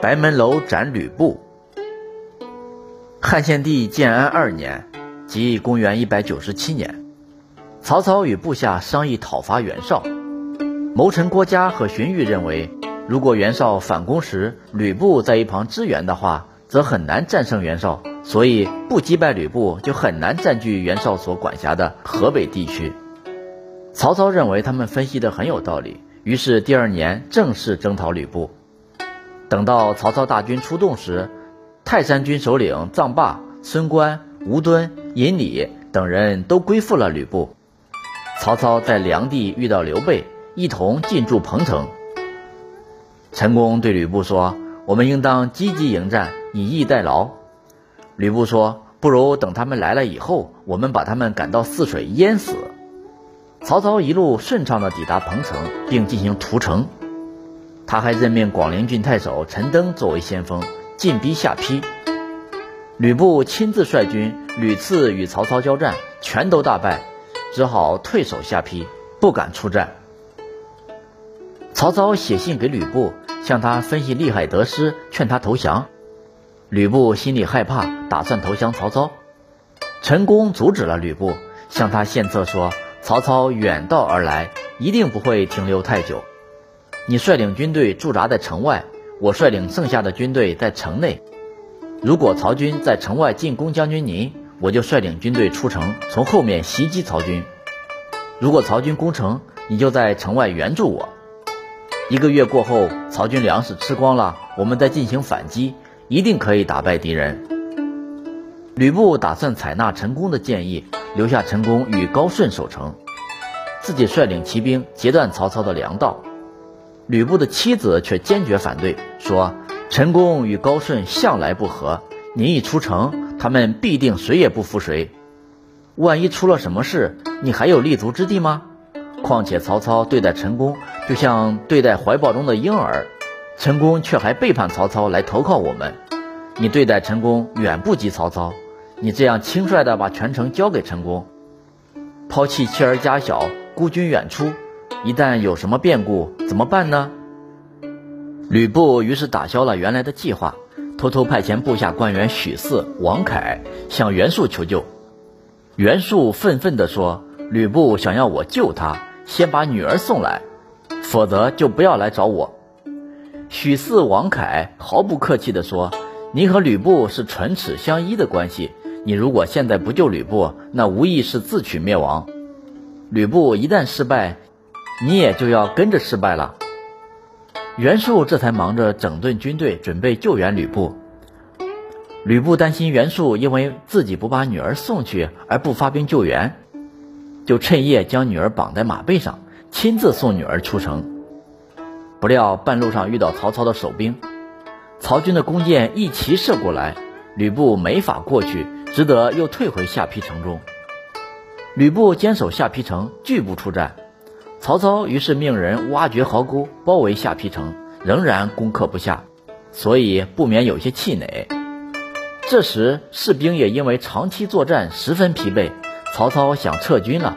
白门楼斩吕布。汉献帝建安2年，即公元197年，曹操与部下商议讨伐袁绍。谋臣郭嘉和荀彧认为，如果袁绍反攻时吕布在一旁支援的话，则很难战胜袁绍，所以不击败吕布就很难占据袁绍所管辖的河北地区。曹操认为他们分析得很有道理，于是第2年正式征讨吕布。等到曹操大军出动时，泰山军首领臧霸、孙观、吴敦、尹礼等人都归附了吕布。曹操在梁地遇到刘备，一同进驻彭城。陈宫对吕布说，我们应当积极迎战，以逸待劳。吕布说，不如等他们来了以后，我们把他们赶到泗水淹死。曹操一路顺畅地抵达彭城，并进行屠城。他还任命广陵郡太守陈登作为先锋，进逼下邳。吕布亲自率军屡次与曹操交战，全都大败，只好退守下邳，不敢出战。曹操写信给吕布，向他分析利害得失，劝他投降。吕布心里害怕，打算投降曹操。陈宫阻止了吕布，向他献策说，曹操远道而来，一定不会停留太久。你率领军队驻扎在城外，我率领剩下的军队在城内。如果曹军在城外进攻将军您，我就率领军队出城，从后面袭击曹军。如果曹军攻城，你就在城外援助我。1个月过后，曹军粮食吃光了，我们再进行反击，一定可以打败敌人。吕布打算采纳陈宫的建议，留下陈宫与高顺守城，自己率领骑兵截断曹操的粮道。吕布的妻子却坚决反对，说陈宫与高顺向来不和，您一出城，他们必定谁也不服谁。万一出了什么事，你还有立足之地吗？况且曹操对待陈宫就像对待怀抱中的婴儿，陈宫却还背叛曹操来投靠我们。你对待陈宫远不及曹操，你这样轻率地把全城交给陈宫，抛弃妻儿家小，孤军远出，一旦有什么变故怎么办呢？吕布于是打消了原来的计划，偷偷派遣部下官员许嗣、王凯向袁术求救。袁术愤愤地说，吕布想要我救他，先把女儿送来，否则就不要来找我。许嗣、王凯毫不客气地说，你和吕布是唇齿相依的关系，你如果现在不救吕布，那无疑是自取灭亡。吕布一旦失败，你也就要跟着失败了。袁术这才忙着整顿军队，准备救援吕布。吕布担心袁术因为自己不把女儿送去而不发兵救援，就趁夜将女儿绑在马背上，亲自送女儿出城。不料半路上遇到曹操的守兵，曹军的弓箭一齐射过来，吕布没法过去，只得又退回下邳城中。吕布坚守下邳城，拒不出战。曹操于是命人挖掘壕沟，包围下邳城，仍然攻克不下，所以不免有些气馁。这时士兵也因为长期作战十分疲惫，曹操想撤军了。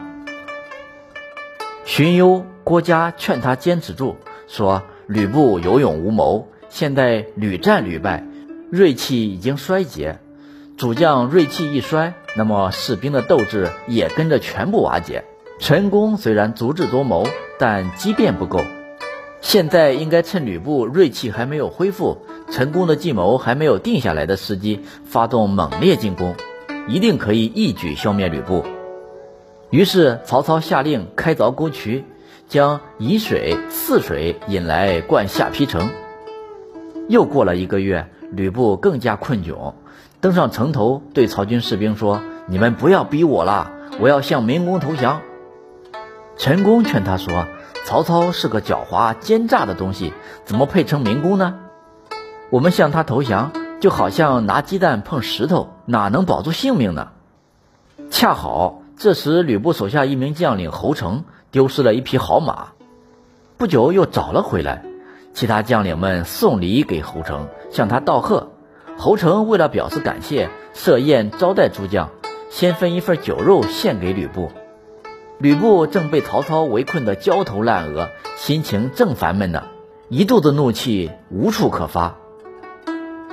荀攸、郭嘉劝他坚持住，说吕布有勇无谋，现在屡战屡败，锐气已经衰竭，主将锐气一衰，那么士兵的斗志也跟着全部瓦解。陈宫虽然足智多谋，但机变不够，现在应该趁吕布锐气还没有恢复，陈宫的计谋还没有定下来的时机，发动猛烈进攻，一定可以一举消灭吕布。于是曹操下令开凿沟渠，将沂水、泗水引来灌下邳城。又过了1个月，吕布更加困窘，登上城头对曹军士兵说，你们不要逼我了，我要向明公投降。陈宫劝他说，曹操是个狡猾奸诈的东西，怎么配称明公呢？我们向他投降，就好像拿鸡蛋碰石头，哪能保住性命呢？恰好这时吕布手下一名将领侯成丢失了一匹好马，不久又找了回来，其他将领们送礼给侯成，向他道贺。侯成为了表示感谢，设宴招待诸将，先分一份酒肉献给吕布。吕布正被曹操围困得焦头烂额，心情正烦闷呢，一肚子怒气无处可发。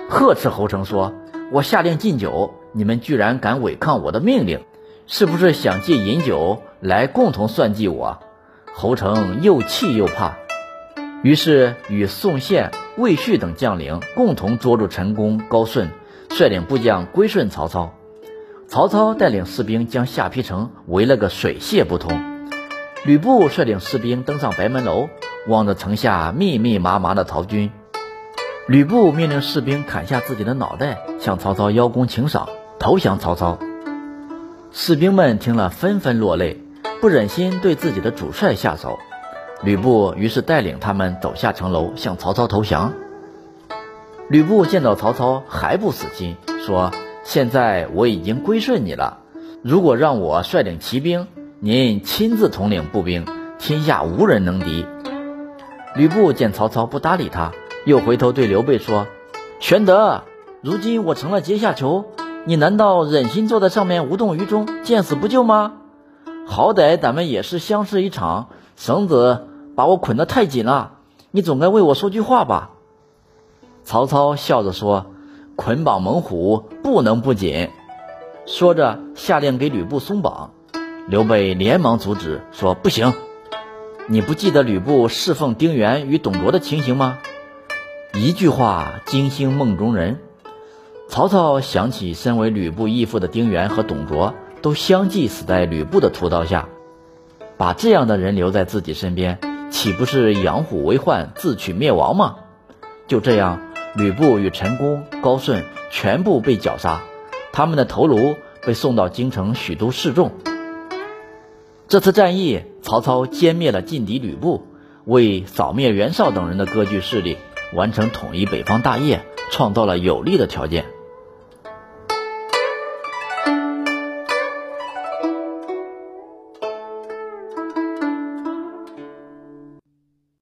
呵斥侯成说：“我下令禁酒，你们居然敢违抗我的命令，是不是想借饮酒来共同算计我？”侯成又气又怕，于是与宋宪、魏续等将领共同捉住陈宫、高顺，率领部将归顺曹操。曹操带领士兵将下邳城围了个水泄不通。吕布率领士兵登上白门楼，望着城下密密麻麻的曹军。吕布命令士兵砍下自己的脑袋，向曹操邀功请赏，投降曹操。士兵们听了纷纷落泪，不忍心对自己的主帅下手。吕布于是带领他们走下城楼，向曹操投降。吕布见到曹操还不死心，说：“现在我已经归顺你了，如果让我率领骑兵，您亲自统领步兵，天下无人能敌。”吕布见曹操不搭理他，又回头对刘备说：“玄德，如今我成了阶下囚，你难道忍心坐在上面无动于衷，见死不救吗？好歹咱们也是相识一场，绳子把我捆得太紧了，你总该为我说句话吧。”曹操笑着说：“捆绑猛虎，不能不紧。”说着下令给吕布松绑。刘备连忙阻止，说：“不行，你不记得吕布侍奉丁原与董卓的情形吗？”一句话惊醒梦中人。曹操想起身为吕布义父的丁原和董卓都相继死在吕布的屠刀下，把这样的人留在自己身边，岂不是养虎为患，自取灭亡吗？就这样，吕布与陈宫、高顺全部被绞杀，他们的头颅被送到京城许都示众。这次战役，曹操歼灭了劲敌吕布，为扫灭袁绍等人的割据势力，完成统一北方大业创造了有利的条件。